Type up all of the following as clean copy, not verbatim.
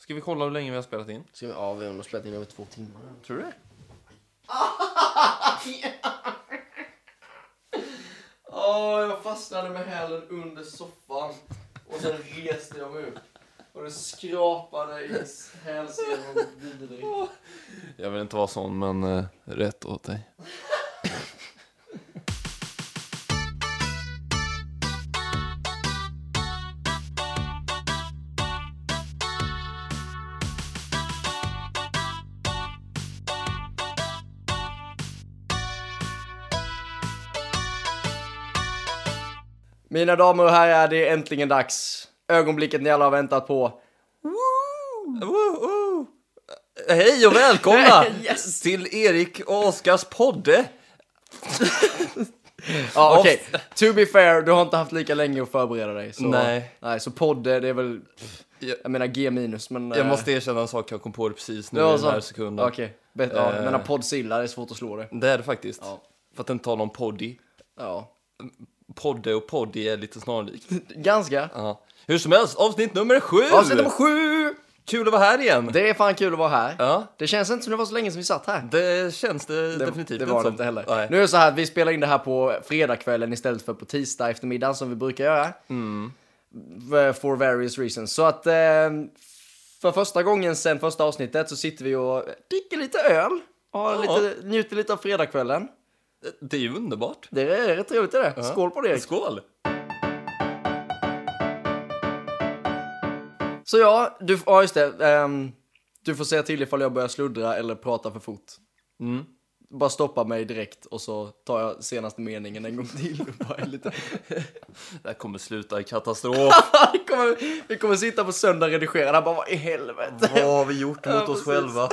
Ska vi kolla hur länge vi har spelat in? Ja, vi har nog spelat in över 2 timmar. Tror du det? Jag fastnade med hälen under soffan. Och sen reste jag mig upp. Och det skrapade i hälsenan vidare. Jag vill inte vara sån, men rätt åt dig. Mina damer och herrar, det är äntligen dags. Ögonblicket ni alla har väntat på. Hej och välkomna Yes. till Erik och Oskars podde. Ja, okej. To be fair, du har inte haft lika länge att förbereda dig. Så, Nej. Så podde, det är väl... Jag menar G-, men... Jag måste erkänna en sak, jag kom på det precis nu i Ja, den här sekunden. Okej. Jag menar Podzilla, det är svårt att slå det. Det är det faktiskt. Ja. För att inte tala om poddy. Ja. Podde och poddy är lite snarlikt. Ganska. Ja. Hur som helst, avsnitt nummer 7! Avsnitt nummer 7! Kul att vara här igen. Det är fan kul att vara här. Ja. Det känns inte som det var så länge som vi satt här. Det känns det definitivt Det var det som. inte heller. Nej. Nu är det så här, vi spelar in det här på fredagskvällen istället för på tisdag eftermiddag som vi brukar göra. For various reasons. Så att för första gången sen första avsnittet så sitter vi och dricker lite öl. Och njuter lite av fredagskvällen. Det är ju underbart. Det är rätt trevligt det. Ja. Skål på det, Erik. Skål! Så ja, just det. Du får säga till ifall jag börjar sluddra eller prata för fort. Bara stoppa mig direkt och så tar jag senaste meningen en gång till. Bara lite. Det här kommer sluta i katastrof. vi kommer sitta på söndag och redigera. Det här bara, vad i helvete? Vad har vi gjort mot oss själva?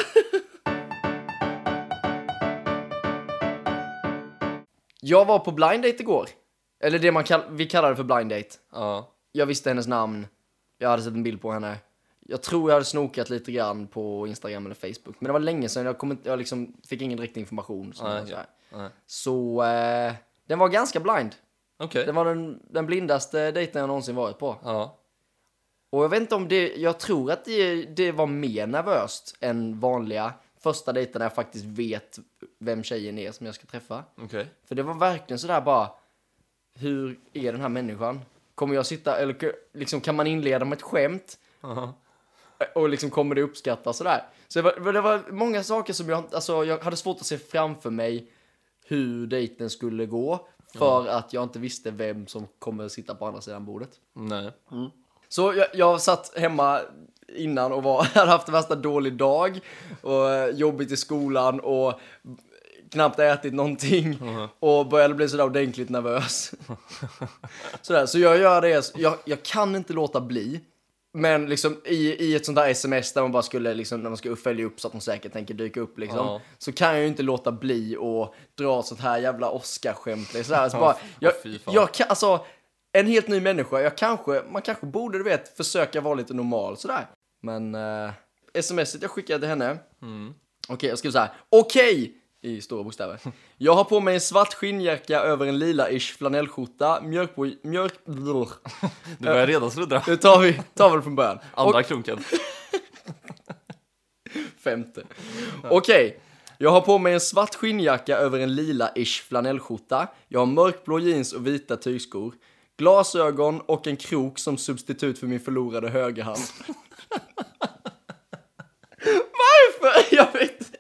Jag var på blind date igår. Eller det vi kallar det för blind date. Ja. Jag visste hennes namn. Jag hade sett en bild på henne. Jag tror jag hade snokat lite grann på Instagram eller Facebook. Men det var länge sedan. Jag liksom fick ingen direkt information. Så den var ganska blind. Okej. Det var den blindaste dejten jag någonsin varit på. Ja. Och jag vet inte om det... Jag tror att det var mer nervöst än vanliga första dejten när jag faktiskt vet vem tjejen är som jag ska träffa. Okej. För det var verkligen sådär bara... Hur är den här människan? Kommer jag sitta... Eller liksom, kan man inleda med ett skämt? Och liksom kommer det uppskattas sådär. Så det var många saker som jag hade svårt att se framför mig hur dejten skulle gå. För att jag inte visste vem som kommer sitta på andra sidan bordet. Nej. Så jag satt hemma innan och hade haft en värsta dålig dag. Och jobbigt i skolan och knappt ätit någonting. Och började bli sådär ordentligt nervös. Så jag gör det. Jag kan inte låta bli. Men liksom i ett sånt där sms där man bara skulle liksom, när man ska följa upp så att de säkert tänker dyka upp liksom, så kan jag ju inte låta bli och dra sånt här jävla Oscar-skämt liksom. Så bara, jag kan, alltså en helt ny människa, man kanske borde, du vet, försöka vara lite normal sådär. Men smset jag skickade till henne. Okej, jag skrev så här: okej, i stora bokstäver. Jag har på mig en svart skinnjacka över en lila-ish flanellskjorta. Du börjar redan sluddra. Nu tar vi det från början. Andra klunken. 5:e. Okej. Jag har på mig en svart skinnjacka över en lila-ish flanellskjorta. Jag har mörkblå jeans och vita tygskor. Glasögon och en krok som substitut för min förlorade högerhand. Varför? Jag vet.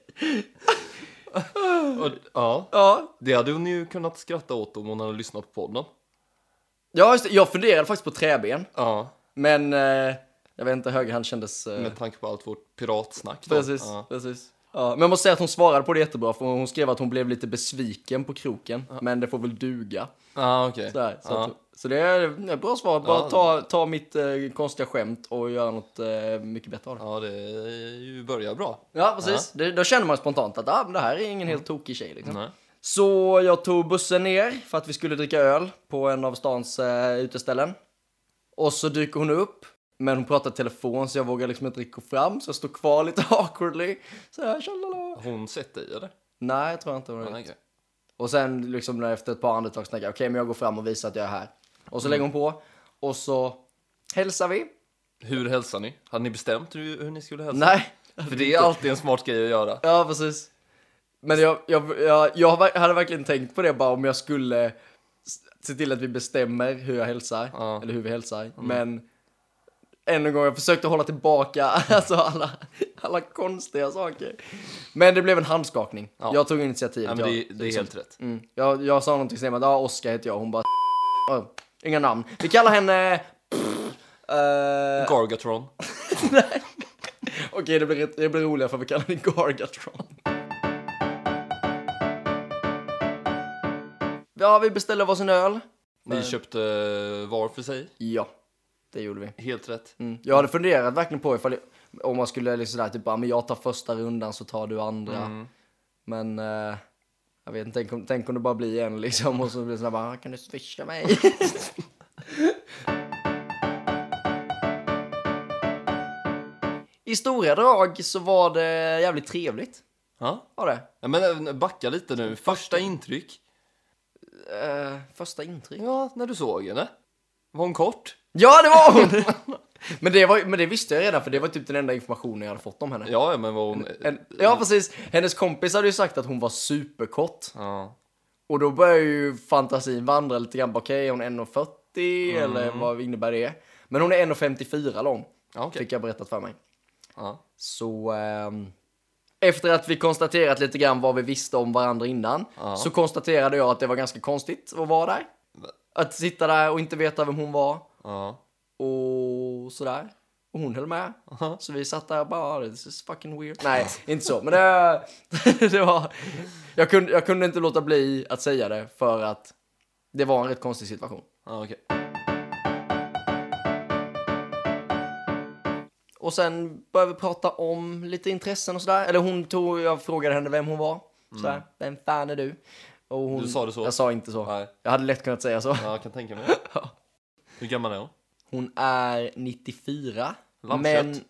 Ja. Det hade hon ju kunnat skratta åt om hon hade lyssnat på podden. Ja, just det. Jag funderade faktiskt på träben. Ja. Men jag vet inte, högerhand kändes... Med tanke på allt vårt piratsnack. Precis. Ja, men jag måste säga att hon svarade på det jättebra. För hon skrev att hon blev lite besviken på kroken. Men det får väl duga. Okej. Så det är ett bra svar. Bara ta mitt konstiga skämt och göra något mycket bättre av det. Ja, det börjar bra. Ja, precis. Då känner man spontant att det här är ingen helt tokig tjej. Liksom. Nej. Så jag tog bussen ner för att vi skulle dricka öl på en av stans uteställen. Och så dyker hon upp. Men hon pratar i telefon så jag vågar liksom inte gå fram. Så jag står kvar lite awkwardly. Så här, tjalala. Hon sett dig, eller? Nej, jag tror inte hon har Okay. gjort. Och sen liksom efter ett par andetag snackar jag, okej, men jag går fram och visar att jag är här. Och så lägger hon på. Och så hälsar vi. Hur hälsar ni? Hade ni bestämt hur ni skulle hälsa? Nej. För det är alltid en smart grej att göra. Ja, precis. Men jag hade verkligen tänkt på det bara om jag skulle se till att vi bestämmer hur jag hälsar. Ja. Eller hur vi hälsar. Men än en gång, jag försökte hålla tillbaka alltså alla konstiga saker. Men det blev en handskakning. Ja. Jag tog initiativet. Ja, men det är helt rätt. Jag sa någonting till mig att Oskar heter jag. Hon bara inga namn. Vi kallar henne Gargatron. Nej. Okej, det blir roligare för vi kallar henne Gargatron. Ja, vi beställde varsin öl. Ni köpte var för sig? Ja, det gjorde vi. Helt rätt. Jag hade funderat verkligen på om man skulle liksom sådär typ men jag tar första rundan så tar du andra. Men jag vet inte, tänk om det bara blir en liksom och så blir det sådär bara, kan du swisha mig? I stora drag så var det jävligt trevligt. Ja. Var det? Ja, men backa lite nu. Första intryck. Första intryck? Ja, när du såg henne. Var hon kort? Ja, det var hon! men det visste jag redan, för det var typ den enda informationen jag hade fått om henne. Ja, men var hon... Ja, precis. Hennes kompis hade ju sagt att hon var superkort. Ja. Och då börjar ju fantasin vandra lite grann. Okej, är hon 1,40 eller vad innebär det? Men hon är 1,54 lång. Ja, okay. Fick jag berättat för mig. Ja. Så efter att vi konstaterat lite grann vad vi visste om varandra innan, så konstaterade jag att det var ganska konstigt att vara där. Att sitta där och inte veta vem hon var. Ja. Och sådär. Och hon höll med. Så vi satt där och bara, this is fucking weird. Nej, inte så. Men det var... Jag kunde inte låta bli att säga det för att det var en rätt konstig situation. Ja, okej. Och sen började vi prata om lite intressen och sådär. Eller jag frågade henne vem hon var. Sådär, vem fan är du? Och hon, Du sa det så? Jag sa inte så. Nej. Jag hade lätt kunnat säga så. Ja, jag kan tänka mig. Hur gammal är hon? Hon är 94. Lammkött. Men...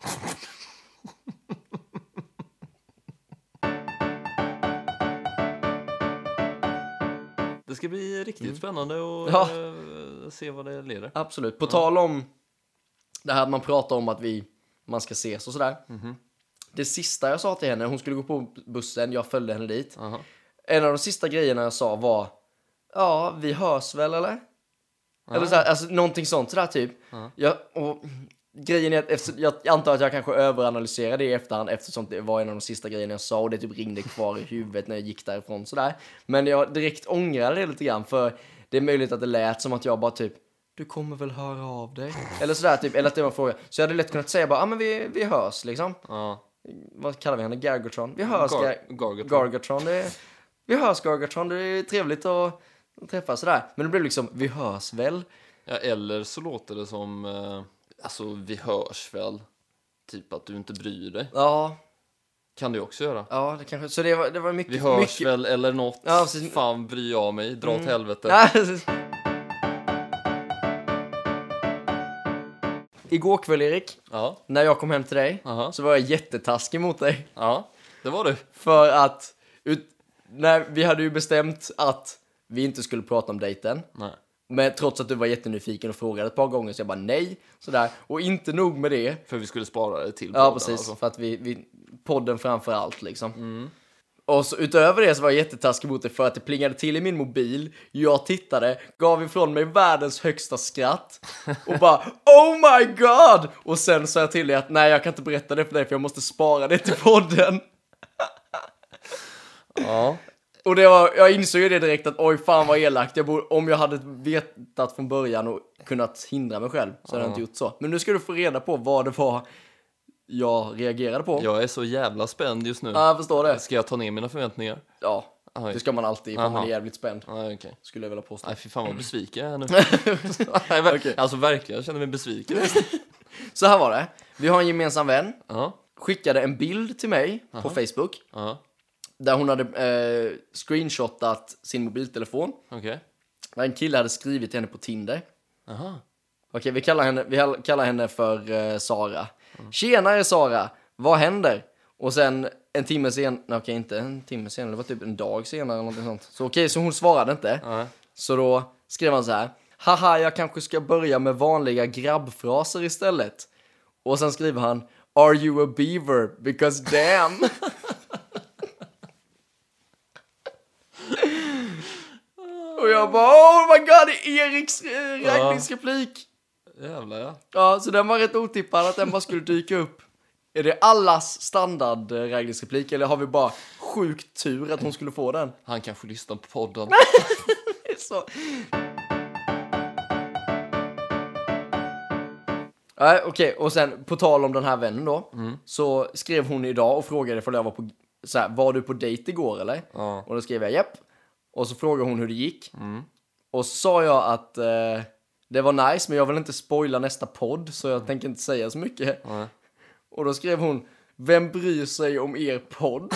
Det ska bli riktigt spännande att se vad det leder. Absolut. På tal om det här att man pratar om att man ska ses och sådär. Det sista jag sa till henne, hon skulle gå på bussen, jag följde henne dit. En av de sista grejerna jag sa var, ja, vi hörs väl eller? Eller såhär, alltså någonting sånt sådär typ. Och grejen är att jag antar att jag kanske överanalyserar det i efterhand, eftersom det var en av de sista grejerna jag sa och det typ ringde kvar i huvudet när jag gick därifrån sådär. Men jag direkt ångrade det lite grann, för det är möjligt att det lät som att jag bara typ, du kommer väl höra av dig? Eller sådär typ, eller att det var en fråga. Så jag hade lätt kunnat säga bara, men vi hörs liksom. Vad kallar vi henne? Gargatron? Vi hörs Gargatron. Vi hörs Gargatron, det är trevligt att träffas sådär. Men det blev liksom, vi hörs väl? Ja, eller så låter det som, alltså vi hörs väl. Typ att du inte bryr dig. Ja. Kan du också göra. Ja, det kanske, så det var mycket. Vi hörs väl eller något. Ja, precis. Fan bryr jag mig, dra åt helvete. Ja, igår kväll, Erik, när jag kom hem till dig, så var jag jättetaskig mot dig. Ja, det var du. För att vi hade ju bestämt att vi inte skulle prata om dejten. Nej. Men trots att du var jättenyfiken och frågade ett par gånger, så jag bara nej. Sådär. Och inte nog med det. För vi skulle spara det till podden. Ja, precis. Alltså. För att vi podden framför allt liksom. Och så utöver det så var jag jättetaskig mot det för att det plingade till i min mobil. Jag tittade, gav ifrån mig världens högsta skratt. Och bara, oh my god! Och sen sa jag till dig att nej, jag kan inte berätta det för dig för jag måste spara det till podden. Ja. Och jag insåg ju det direkt att oj fan vad elakt. Om jag hade vetat från början och kunnat hindra mig själv så hade jag inte gjort så. Men nu ska du få reda på vad det var jag reagerade på. Jag är så jävla spänd just nu. Ja, jag förstår det. Ska jag ta ner mina förväntningar? Ja, det ska man alltid för man är jävligt spänd. Okay. Skulle jag vilja påstå. Nej, fy fan vad besviken jag är nu. Okay. Alltså verkligen, jag känner mig besviken. Så här var det. Vi har en gemensam vän. Skickade en bild till mig på Facebook. Där hon hade screenshotat sin mobiltelefon. Okej. Där en kille hade skrivit till henne på Tinder. Okej, vi kallar henne för Sara. Tjenare Sara, vad händer? Och sen en timme sen, okej inte en timme sen, det var typ en dag senare eller något sånt. Så okej, så hon svarade inte. Så då skrev han så här: haha, jag kanske ska börja med vanliga grabbfraser istället. Och sen skriver han, are you a beaver? Because damn. Och jag bara, oh my god, det är Eriks raggningsreplik. Jävlar, ja. Ja, så den var rätt otippad att den bara skulle dyka upp. Är det allas standard raggningsreplik eller har vi bara sjukt tur att hon skulle få den? Han kanske lyssnar på podden. Så. Nej, okej. Och sen på tal om den här vännen då. Så skrev hon idag och frågade ifall jag var på så här, var du på dejt igår eller? Ja. Och då skrev jag japp. Och så frågade hon hur det gick. Och så sa jag att det var nice, men jag vill inte spoila nästa podd, så jag tänker inte säga så mycket. Och då skrev hon, vem bryr sig om er podd?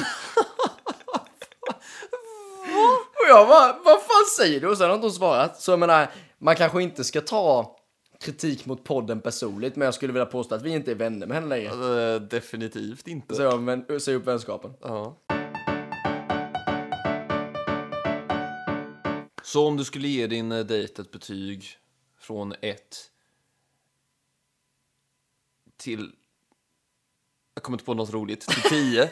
Och jag bara, vad fan säger du? Och sen har inte hon svarat. Så jag menar, man kanske inte ska ta kritik mot podden personligt, men jag skulle vilja påstå att vi inte är vänner med henne längre. Definitivt inte. Så jag säger upp vänskapen. Ja. Så om du skulle ge din dejt ett betyg från 1 till... Jag kommer inte på något roligt. Till 10.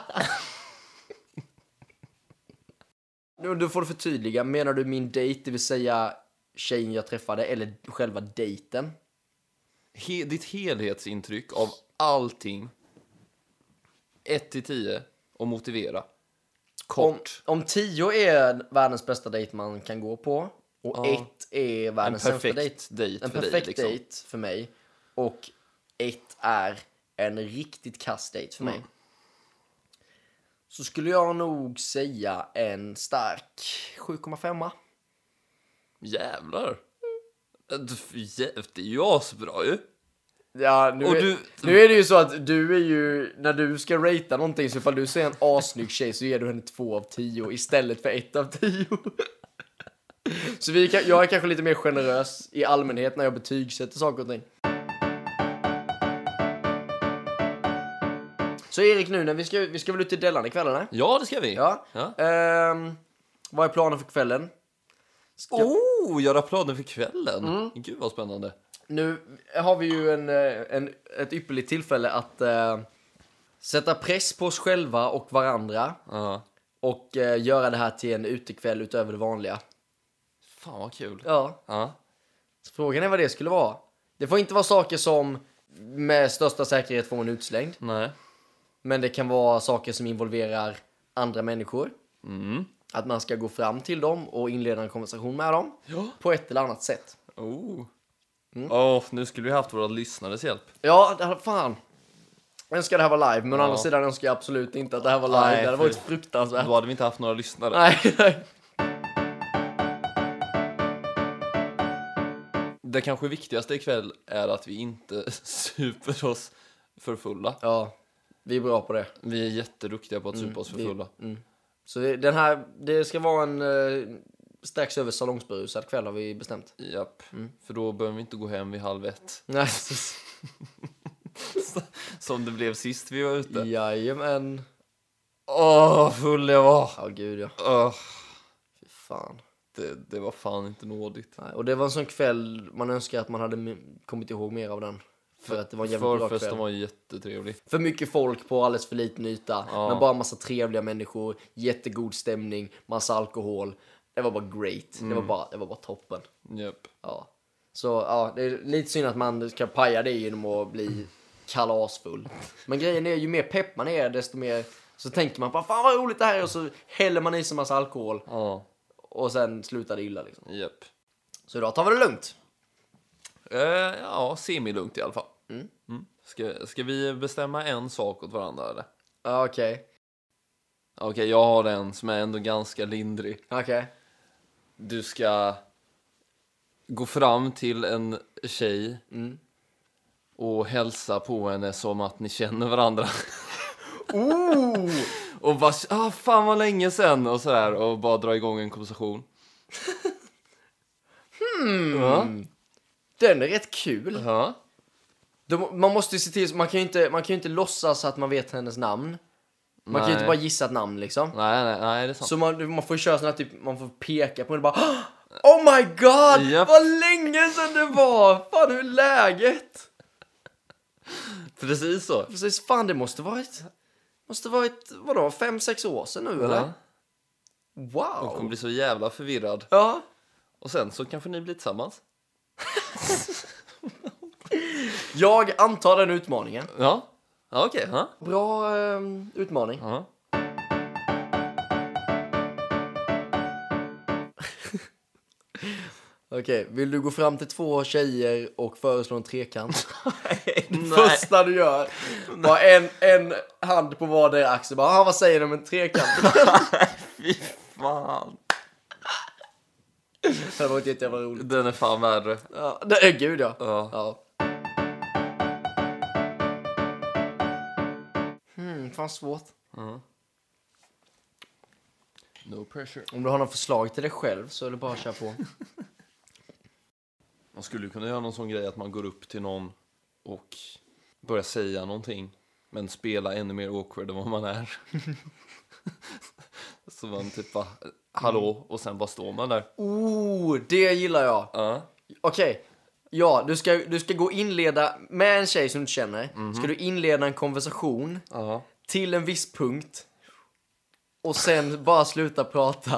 Nu får du förtydliga. Menar du min dejt, det vill säga tjejen jag träffade, eller själva dejten? Ditt helhetsintryck av allting. 1 till 10. Och motivera. Kort. Om 10 är världens bästa dejt man kan gå på, och 1 är världens sämsta dejt. dejt en för perfekt dig, liksom. dejt för mig. Och 1 är en riktigt kass dejt för mig. Så skulle jag nog säga en stark 7,5. Jävlar. Det är ju asbra ju. Ja, nu är det ju så att du är ju, när du ska ratea någonting, så ifall du ser en asnygg tjej så ger du henne 2 av 10 istället för 1 av 10. Så jag är kanske lite mer generös i allmänhet när jag betygsätter saker och ting. Så Erik, nu när vi ska väl ut till Dellan ikväll, eller? Ja, det ska vi. Ja. Vad är planen för kvällen? Göra planer för kvällen. Gud vad spännande. Nu har vi ju ett ypperligt tillfälle att sätta press på oss själva och varandra. Och göra det här till en utekväll utöver det vanliga. Fan vad kul. Ja. Så frågan är vad det skulle vara. Det får inte vara saker som med största säkerhet får en utslängd. Nej. Men det kan vara saker som involverar andra människor. Att man ska gå fram till dem och inleda en konversation med dem. Ja. På ett eller annat sätt. Nu skulle vi haft våra lyssnares hjälp. Ja, det hade fan. Jag önskar det här var live, men å andra sidan önskar jag absolut inte att det här var live. Nej, det hade varit fruktansvärt. Då hade vi inte haft några lyssnare. Nej. Det kanske viktigaste ikväll är att vi inte super oss för fulla. Ja, vi är bra på det. Vi är jätteduktiga på att supa oss för fulla. Så det ska vara en strax över salongsberusad kväll har vi bestämt. Japp, för då behöver vi inte gå hem vid 12:30. Nej. Som det blev sist vi var ute. Jajamän. Full jag var. Ja, gud ja. Fy fan. Det var fan inte nådigt. Nej, och det var en sån kväll man önskar att man hade kommit ihåg mer av den. För att det var en jävligt bra kväll. Förfesten var jättetrevlig. För mycket folk på alldeles för liten yta. Men bara massa trevliga människor. Jättegod stämning. Massa alkohol. Det var bara great. Det var bara toppen. Japp. Ja. Så ja, det är lite synd att man ska paja det genom att bli kalasfull. Men grejen är, ju mer pepp man är, desto mer så tänker man på fan vad roligt det här är, och så häller man i sig massa alkohol. Ja. Och sen slutar det illa liksom. Japp. Så idag tar vi det lugnt. Ja, semi-lugnt i alla fall. Ska vi bestämma en sak åt varandra eller? Ja, okej. Okej, jag har en som är ändå ganska lindrig. Okej. Du ska gå fram till en tjej och hälsa på henne som att ni känner varandra. Och bara, fan vad länge sen och sådär, och bara dra igång en konversation. Ja. Den är rätt kul. Ja. Man måste ju se till, man kan ju inte låtsas att man vet hennes namn. Man kan ju inte bara gissa ett namn liksom. Nej, det är sant. Så man får köra sån här typ, man får peka på henne bara, Oh my god! Japp. Vad länge sedan det var! Fan, hur är läget? Precis så. Precis, fan det måste varit, vadå, 5-6 år sedan nu eller? Ja. Wow! Jag kommer bli så jävla förvirrad. Ja. Och sen så kanske ni blir tillsammans. Jag antar den utmaningen. Ja, ja okej. Ja. Bra utmaning. Ja. Okej, vill du gå fram till 2 tjejer och föreslå en trekant? Nej. Första du gör, bara en hand på vardera axel. Bara, vad säger du om en trekant? Fy fan. Det har varit jättejävla roligt. Den är fan värre. Ja, det är gud ja. Ja. Ja. Fan svårt. No pressure. Om du har någon förslag till dig själv så är det bara att köra på. Man skulle kunna göra någon sån grej att man går upp till någon och börjar säga någonting. Men spela ännu mer awkward än vad man är. Så man typ bara, hallå, och sen bara står man där. Det gillar jag. Ja. Okej. Ja, du ska gå och inleda med en tjej som du inte känner. Ska du inleda en konversation Ja. till en viss punkt. Och sen bara sluta prata.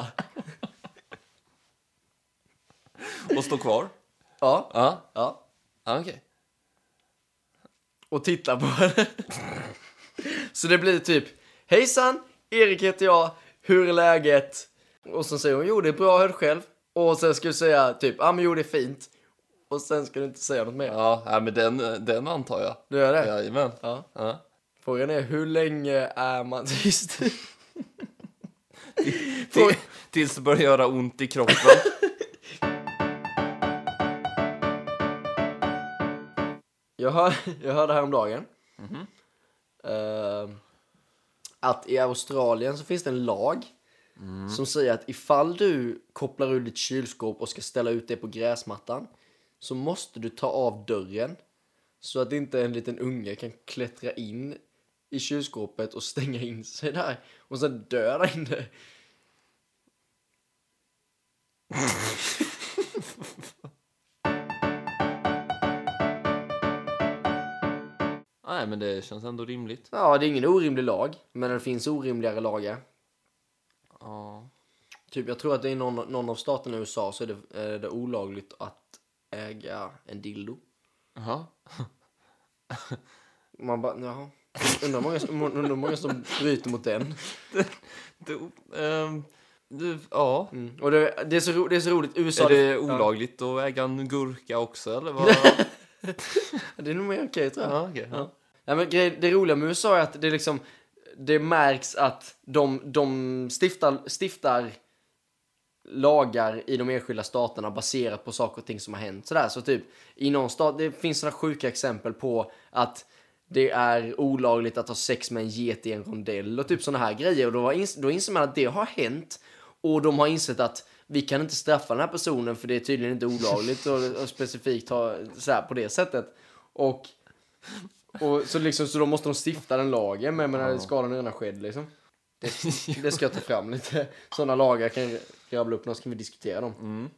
Och stå kvar. Ja, Ja. ja. Ja, okej. Och titta på henne. Så det blir typ, hejsan, Erik heter jag, hur är läget? Och så säger hon, jo det är bra, hör själv. Och sen ska du säga typ, ja men jo det är fint. Och sen ska du inte säga något mer. Ja, men den antar jag. Du gör det? Jajamän. Ja. Ja. Frågan är, hur länge är man tyst? Tills det börjar göra ont i kroppen. Jag hörde häromdagen att i Australien så finns det en lag som säger att ifall du kopplar ur ditt kylskåp och ska ställa ut det på gräsmattan så måste du ta av dörren så att inte en liten unge kan klättra in i kylskåpet och stänga in sig där och sen dö där inne. Nej, men det känns ändå rimligt. Ja, det är ingen orimlig lag, men det finns orimligare lagar. Ja. Typ, jag tror att det är någon av staterna i USA så är det olagligt att äga en dildo. Jaha. Man bara, jaha. Undrar hur många som bryter mot den. Ja. Och det är så roligt. USA, Är det olagligt att äga en gurka också, eller vad? det är nog mer okej, tror jag. Ja, okej. Ja. Ja, men det roliga med USA är att det liksom, det märks att de stiftar lagar i de enskilda staterna baserat på saker och ting som har hänt. Sådär. Så typ, i någon stat, det finns sådana sjuka exempel på att det är olagligt att ha sex med en get i en rondell och typ sådana här grejer. Och då inser man att det har hänt och de har insett att vi kan inte straffa den här personen för det är tydligen inte olagligt och specifikt ha sådär på det sätsättet. Och så liksom, så då måste de stifta den lagen men skadan är redan skedd liksom. Det ska jag ta fram lite. Sådana lagar kan jag grävla upp, så kan vi diskutera dem.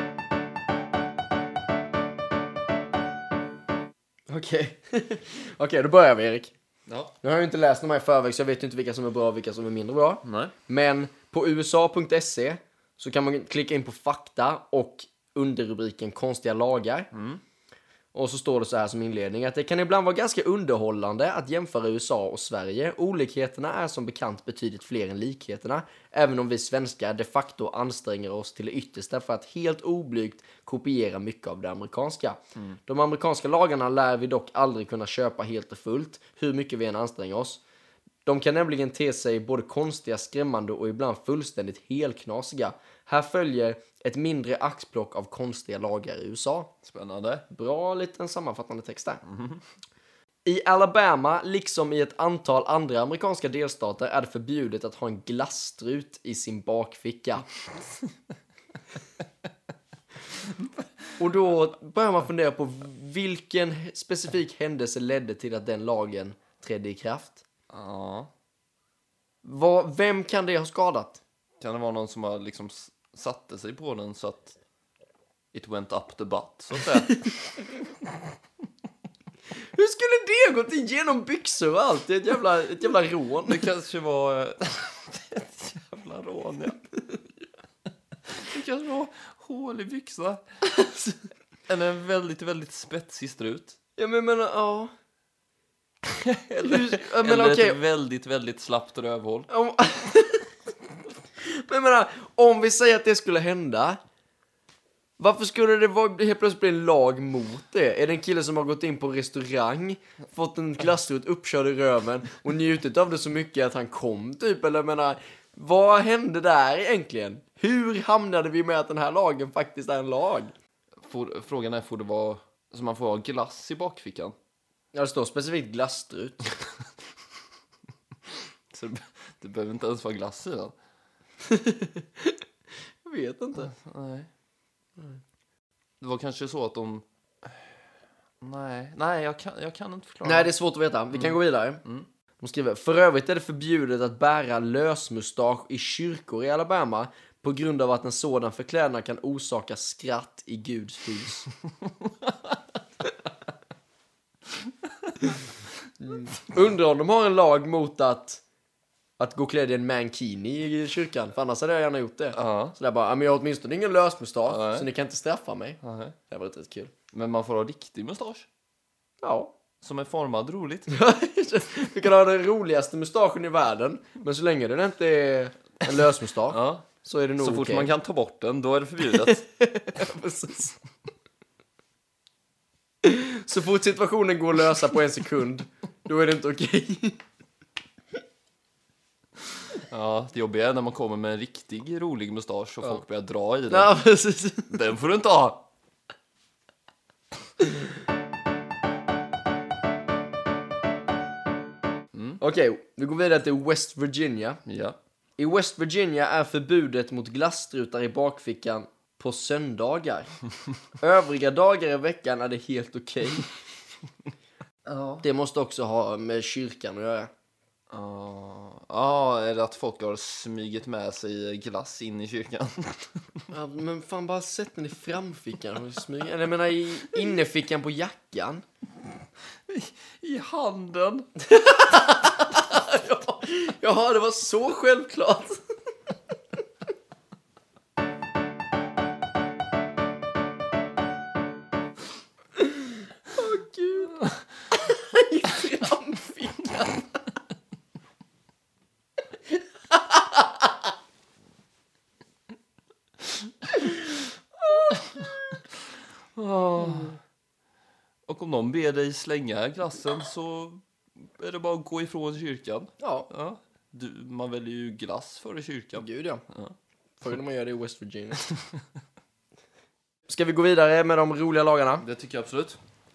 Okej, då börjar vi, Erik. Ja. Nu har jag ju inte läst de här i förväg så jag vet ju inte vilka som är bra och vilka som är mindre bra. Nej. Men på usa.se så kan man klicka in på fakta och underrubriken konstiga lagar. Och så står det så här som inledning att det kan ibland vara ganska underhållande att jämföra USA och Sverige. Olikheterna är som bekant betydligt fler än likheterna, även om vi svenskar de facto anstränger oss till det yttersta för att helt oblygt kopiera mycket av det amerikanska. De amerikanska lagarna lär vi dock aldrig kunna köpa helt och fullt, hur mycket vi än anstränger oss. De kan nämligen te sig både konstiga, skrämmande och ibland fullständigt helknasiga. Här följer ett mindre axplock av konstiga lagar i USA. Spännande. Bra liten sammanfattande text där. I Alabama, liksom i ett antal andra amerikanska delstater, är det förbjudet att ha en glasstrut i sin bakficka. Och då börjar man fundera på vilken specifik händelse ledde till att den lagen trädde i kraft. Ja. Vem kan det ha skadat? Kan det vara någon som har liksom satte sig på den så att it went up the butt, så att säga. Hur skulle det gått igenom byxor och allt? Det är ett jävla rån. Det kanske var ett jävla rån, ja. Det kanske var hål i byxorna. Eller en väldigt, väldigt spetsig strut. Ja, men jag menar, ja. Eller ett väldigt, väldigt slappt rövhål. Men jag menar, om vi säger att det skulle hända, varför skulle det helt plötsligt bli en lag mot det? Är det en kille som har gått in på en restaurang, fått en glasstrut uppkörd i röven och njutit av det så mycket att han kom typ? Eller jag menar, vad hände där egentligen? Hur hamnade vi med att den här lagen faktiskt är en lag? Frågan är, får det vara så man får ha glass i bakfickan? Ja, det står specifikt glasstrut. Så det behöver inte ens vara glass i den. Jag vet inte. Nej. Det var kanske så att de... Nej, jag kan inte förklara. Nej, det är svårt att veta. Vi kan gå vidare. De skriver, för övrigt är det förbjudet att bära lösmustasch i kyrkor i Alabama på grund av att en sådan förklädnad kan orsaka skratt i Guds hus. Undrar om de har en lag mot att gå klädd i en mankini i kyrkan. För annars hade jag gärna gjort det. Så där bara, men jag har åtminstone ingen lösmustasch, så ni kan inte straffa mig. Det var rätt kul. Men man får ha riktig mustasch. Ja. Som är formad roligt. Du kan ha den roligaste mustaschen i världen, men så länge den inte är en lösmustasch, så är det nog så fort okej. man kan ta bort den, då är det förbjudet. Precis. Så fort situationen går att lösa på en sekund, då är det inte okej. Ja, det jobbiga är när man kommer med en riktig rolig mustasch och folk börjar dra i den. Ja, precis. Den får du inte ha. Okej, vi går vidare till West Virginia. Ja. I West Virginia är förbudet mot glasstrutar i bakfickan på söndagar. Övriga dagar i veckan är det helt okej. Det måste också ha med kyrkan att göra. Ja, är det att folk har smygit med sig glass in i kyrkan? Ja, men fan, bara sätt den i framfickan och smyga. Eller jag menar i innerfickan på jackan. I handen. Ja, det var så självklart. Åh, Gud. I framfickan. Och om någon ber dig slänga glassen så är det bara att gå ifrån kyrkan. Ja. Man väljer ju glass före kyrkan. Gud, ja. Förr när man gör det i West Virginia. Ska vi gå vidare med de roliga lagarna? Det tycker jag absolut.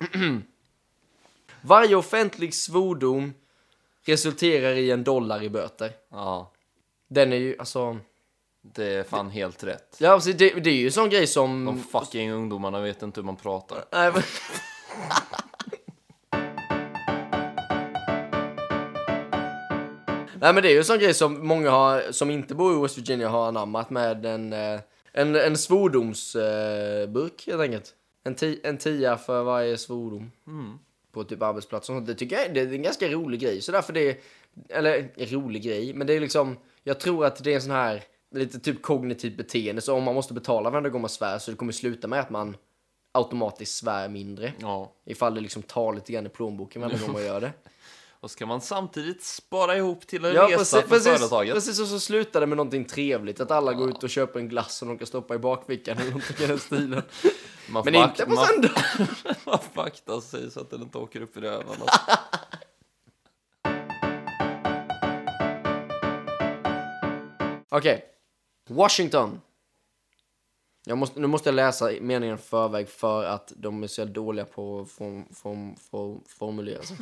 Varje offentlig svordom resulterar i $1 i böter. Ja. Den är ju, alltså... Det är fan helt rätt. Ja, alltså, det är ju en sån grej som... De fucking ungdomarna vet inte hur man pratar. Nej, men... Nej, men det är ju en sån grej som många som inte bor i West Virginia har anammat med en svordomsburk helt enkelt. En 10 för varje svordom på typ arbetsplats. Det tycker jag det är en ganska rolig grej. Så därför det är, eller en rolig grej, men det är liksom, jag tror att det är en sån här lite typ kognitivt beteende. Så om man måste betala varje gång man svär, så det kommer sluta med att man automatiskt svär mindre. Ja. Ifall det liksom tar lite grann i plånboken varje gång man gör det. Och ska man samtidigt spara ihop till en resa för företaget. Precis, och så slutar det med någonting trevligt. Att alla går ut och köper en glass som de kan stoppa i bakfickan eller någonting i den stilen. Men inte på söndag. Man faktar sig så att den inte åker upp i röven. Okej. Washington. Nu måste jag läsa meningen förväg för att de är så dåliga på att formulera sig.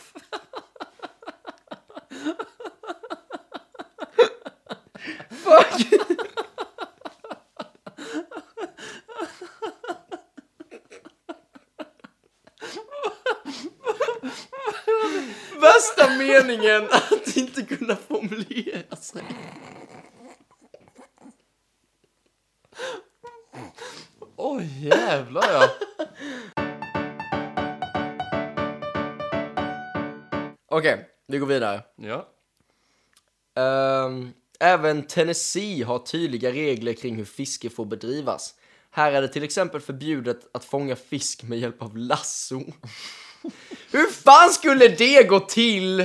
Fuck! Värsta meningen att inte kunna formulera sig. Oj, jävlar ja. Okej, vi går vidare. Ja. Även Tennessee har tydliga regler kring hur fiske får bedrivas. Här är det till exempel förbjudet att fånga fisk med hjälp av lasso. Hur fan skulle det gå till?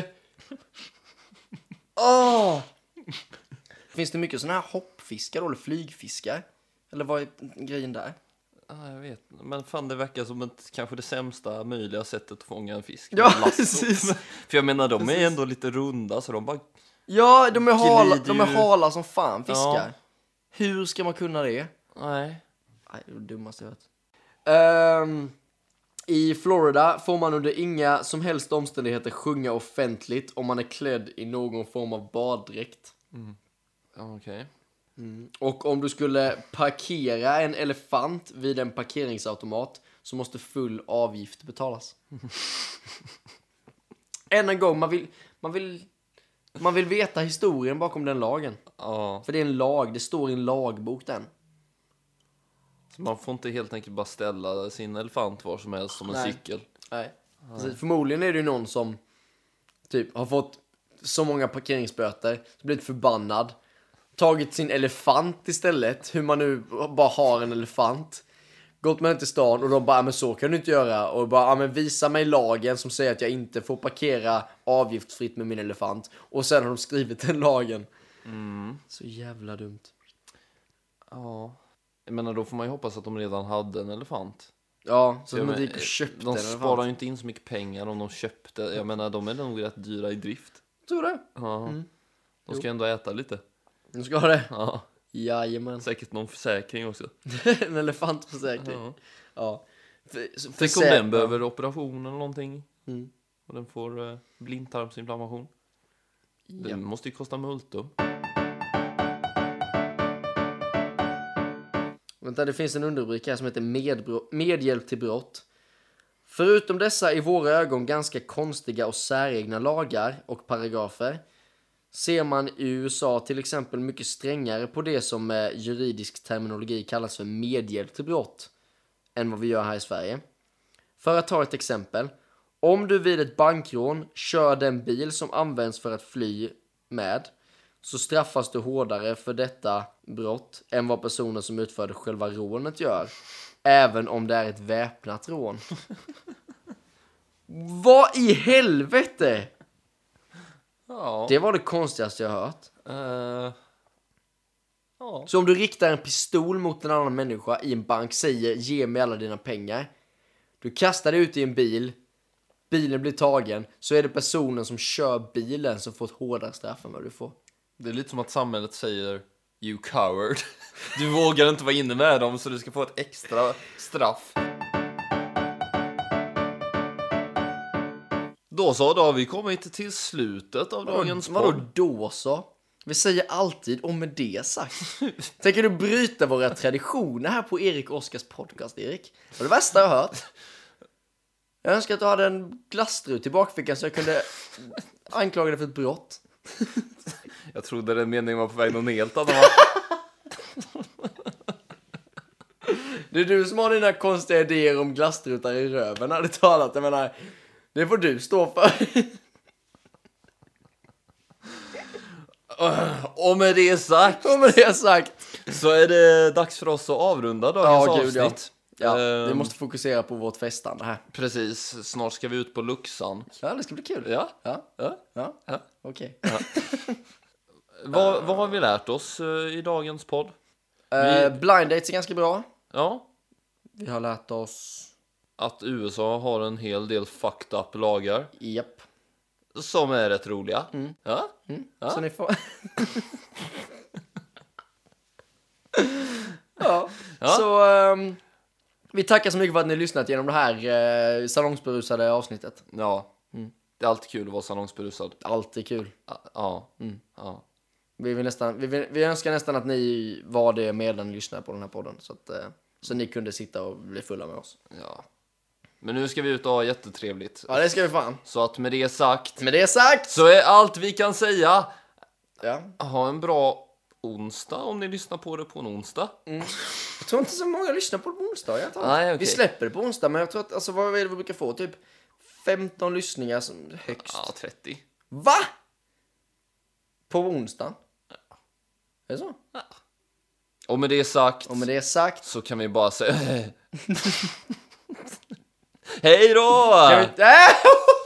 Finns det mycket såna här hoppfiskar eller flygfiskar? Eller vad är grejen där? Ja, jag vet. Men fan, det verkar som kanske det sämsta möjliga sättet att fånga en fisk. Ja, med lasso. precis. För jag menar, de är ändå lite runda, så de bara... Ja, de är glider hala som fan fiskar. Ja. Hur ska man kunna det? Nej. Nej, det är det dummaste jag vet. I Florida får man under inga som helst omständigheter sjunga offentligt om man är klädd i någon form av baddräkt. Okej. Och om du skulle parkera en elefant vid en parkeringsautomat så måste full avgift betalas. Än en gång, man vill veta historien bakom den lagen. Ja. För det är en lag, det står i en lagbok den. Så man får inte helt enkelt bara ställa sin elefant var som helst som en cykel. Nej. Alltså, förmodligen är det ju någon som typ har fått så många parkeringsböter, blivit förbannad, tagit sin elefant istället, hur man nu bara har en elefant, gått med den till stan och de bara, men så kan du inte göra, och bara, men visa mig lagen som säger att jag inte får parkera avgiftsfritt med min elefant, och sen har de skrivit den lagen. Så jävla dumt. Ja. Jag menar, då får man ju hoppas att de redan hade en elefant. Ja, så att man inte gick och köpte de en sparar elefant. ju inte in så mycket pengar om de köpte. Jag menar, de är nog rätt dyra i drift. Tror du det? Ja. De ska ändå äta lite. Nu ska ha det. Ja. Jajamän. Säkert någon försäkring också. En elefantförsäkring. Ja. Ja. Tänk om den behöver operation eller någonting. Mm. Och den får blindtarmsinflammation. Det Ja. måste ju kosta multum. Vänta, det finns en underrubrik här som heter medhjälp till brott. Förutom dessa i våra ögon ganska konstiga och säregna lagar och paragrafer ser man i USA till exempel mycket strängare på det som med juridisk terminologi kallas för medhjälp till brott än vad vi gör här i Sverige. För att ta ett exempel. Om du vid ett bankrån kör den bil som används för att fly med, så straffas du hårdare för detta brott än vad personen som utförde själva rånet gör. Även om det är ett väpnat rån. Vad i helvete? Ja. Det var det konstigaste jag har hört. Ja. Så om du riktar en pistol mot en annan människa i en bank, säger ge mig alla dina pengar. Du kastar dig ut i en bil, bilen blir tagen, så är det personen som kör bilen som får ett hårdare straff än vad du får. Det är lite som att samhället säger you coward. Du vågar inte vara inne med dem, så du ska få ett extra straff. Då har vi kommit till slutet av dagens Vadå podd. då så? Vi säger alltid och med det sagt. Tänker du bryta våra traditioner här på Erik och Oskars podcast, Erik? Det var det värsta jag har hört. Jag önskar att du hade en glasstrut i bakfickan så jag kunde anklaga dig för ett brott. Jag trodde den meningen var på väg någon helt annan. Det är du som har dina konstiga idéer om glasstrutar i röven, hade talat. Jag menar, det får du stå för. Och med det sagt så är det dags för oss att avrunda dagens avsnitt. Ja, vi måste fokusera på vårt festande här. Precis, snart ska vi ut på Luxan. Ja, det ska bli kul. Ja. Okej. Vad har vi lärt oss i dagens podd? Blind dates är ganska bra. Ja, Vi har lärt oss... att USA har en hel del fucked up lagar Japp. som är rätt roliga. Ja. Så ni får... ja. Så vi tackar så mycket för att ni har lyssnat genom det här salongsberusade avsnittet. Ja. Det är alltid kul att vara salongsberusad. Alltid kul. Ja. Vi önskar nästan att ni var det medan ni lyssnade på den här podden. Så ni kunde sitta och bli fulla med oss. Ja. Men nu ska vi ut och ha jättetrevligt. Ja, det ska vi fan. Så att med det sagt Med det sagt! så är allt vi kan säga. Ja. Ha en bra onsdag om ni lyssnar på det på en onsdag. Jag tror inte så många lyssnar på det på onsdag. Nej, okej. Vi släpper det på onsdag, men jag tror att, alltså, vad är det vi brukar få? Typ 15 lyssningar som högst. Ja, 30. Va? På onsdagen? Är det så? Och med det sagt Och med det sagt... så kan vi bara säga hej då! Kan vi...